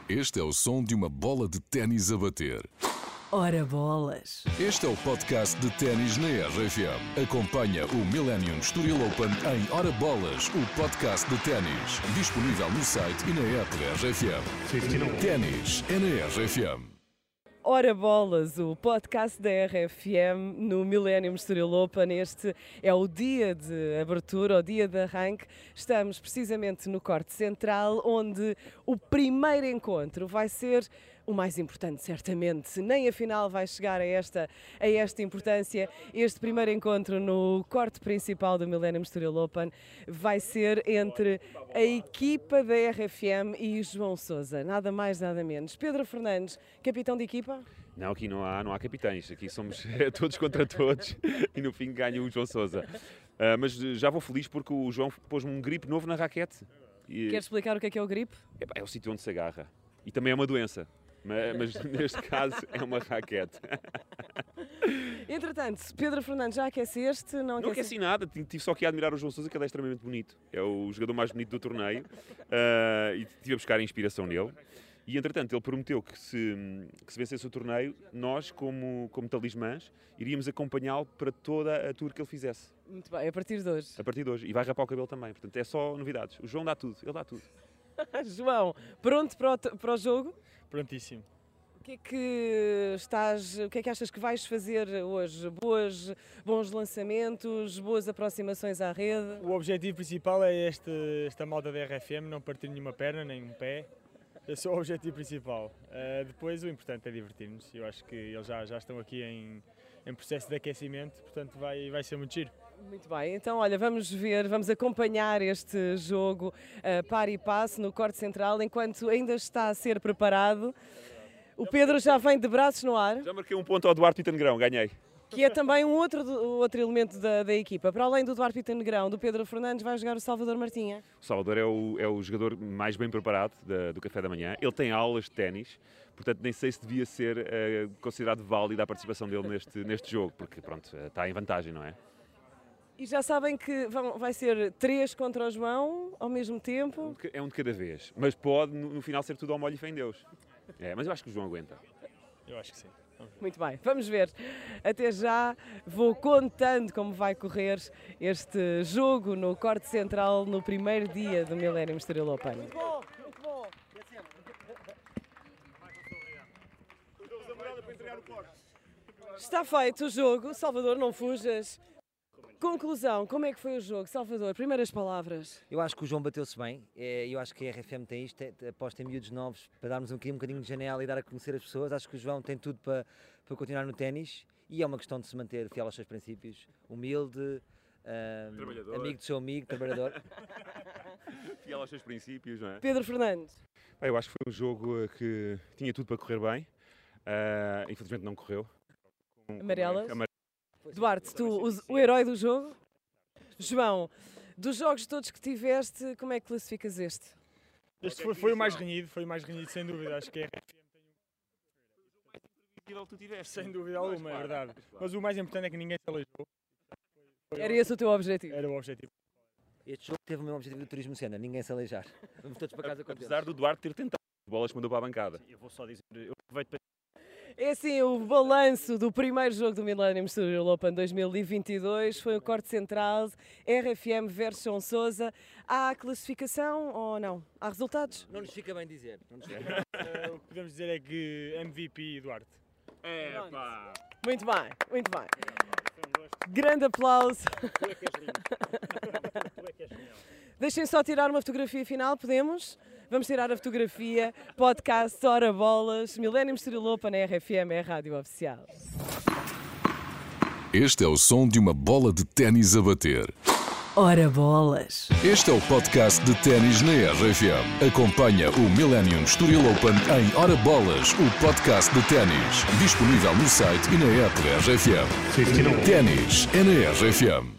Este é o som de uma bola de ténis a bater. Ora bolas! Este é o podcast de ténis na RFM. Acompanha o Millennium Estoril Open em Ora Bolas, o podcast de ténis. Disponível no site e na app da RFM. Ténis é na RFM. Ora bolas, o podcast da RFM no Millennium Estoril Open. Este é o dia de abertura, o dia de arranque. Estamos precisamente no corte central, onde o primeiro encontro vai ser o mais importante, certamente. Nem a final vai chegar a esta importância. Este primeiro encontro no corte principal do Millennium Estoril Open vai ser entre a equipa da RFM e João Sousa. Nada mais, nada menos. Pedro Fernandes, capitão de equipa? Não, aqui não há capitães. Aqui somos todos contra todos e no fim ganha o João Sousa. Mas já vou feliz porque o João pôs-me um grip novo na raquete. Queres explicar o que é o grip? É o sítio onde se agarra. E também é uma doença. Mas neste caso é uma raquete. Entretanto, Pedro Fernandes, já aqueceste? Não aqueci nada, estive só aqui a admirar o João Sousa, que ele é extremamente bonito. É o jogador mais bonito do torneio e estive a buscar a inspiração nele. E entretanto ele prometeu que se vencesse o torneio, nós como talismãs iríamos acompanhá-lo para toda a tour que ele fizesse. Muito bem, a partir de hoje. A partir de hoje. E vai rapar o cabelo também, portanto é só novidades. O João dá tudo, ele dá tudo. João, pronto para o jogo? Prontíssimo. O que é que achas que vais fazer hoje? Bons lançamentos, boas aproximações à rede? O objetivo principal é esta malta da RFM, não partir nenhuma perna, nem um pé. Esse é o objetivo principal. Depois o importante é divertir-nos. Eu acho que eles já estão aqui em processo de aquecimento, portanto vai ser muito giro. Muito bem, então olha, vamos acompanhar este jogo par e passo no corte central, enquanto ainda está a ser preparado. O Pedro já vem de braços no ar. Já marquei um ponto ao Duarte Pita Negrão, ganhei. Que é também um outro elemento da equipa. Para além do Duarte Pita Negrão, do Pedro Fernandes, vai jogar o Salvador Martinha. O Salvador é o jogador mais bem preparado do café da manhã. Ele tem aulas de ténis, portanto nem sei se devia ser considerado válida a participação dele neste jogo, porque pronto, está em vantagem, não é? E já sabem que vai ser 3 contra o João ao mesmo tempo? É um de cada vez, mas pode no final ser tudo ao molho e fé em Deus. Mas eu acho que o João aguenta. Eu acho que sim. Muito bem, vamos ver. Até já vou contando como vai correr este jogo no corte central no primeiro dia do Millennium Estoril Open. Muito bom, muito bom. Está feito o jogo. Salvador, não fujas. Conclusão, como é que foi o jogo? Salvador, primeiras palavras. Eu acho que o João bateu-se bem, eu acho que a RFM tem isto, aposta em miúdos novos para darmos um bocadinho de janela e dar a conhecer as pessoas. Acho que o João tem tudo para continuar no ténis e é uma questão de se manter fiel aos seus princípios, humilde, amigo do seu amigo, trabalhador. Fiel aos seus princípios, não é? Pedro Fernandes. Eu acho que foi um jogo que tinha tudo para correr bem, infelizmente não correu. Amarelas. Duarte, tu, o herói do jogo. João, dos jogos todos que tiveste, como é que classificas este? Este foi o mais renhido, sem dúvida. Acho que a RFM tem Tu tiveste. sem dúvida alguma, é verdade. Mas o mais importante é que ninguém se aleijou. Era esse o teu objetivo? Era o objetivo. Este jogo teve o mesmo objetivo do Turismo Cena, ninguém se aleijar. Vamos todos para casa contentes. Apesar do Duarte ter tentado, bolas mandou para a bancada. Eu vou só dizer, eu aproveito para... É assim, o balanço do primeiro jogo do Millennium Estoril Open 2022 foi o corte central, RFM versus João Sousa. Há classificação ou não? Há resultados? Não nos fica bem dizer. O que podemos dizer é que MVP Duarte. Pá! Muito bem, muito bem. Grande aplauso. Tu é que és lindo. Tu é que és genial. Deixem só tirar uma fotografia final, podemos? Vamos tirar a fotografia, podcast, Ora Bolas, Millennium Estoril Open, RFM, é a rádio oficial. Este é o som de uma bola de ténis a bater. Ora Bolas! Este é o podcast de ténis na RFM. Acompanha o Millennium Estoril Open em Ora Bolas, o podcast de ténis. Disponível no site e na app da RFM. Ténis é na RFM.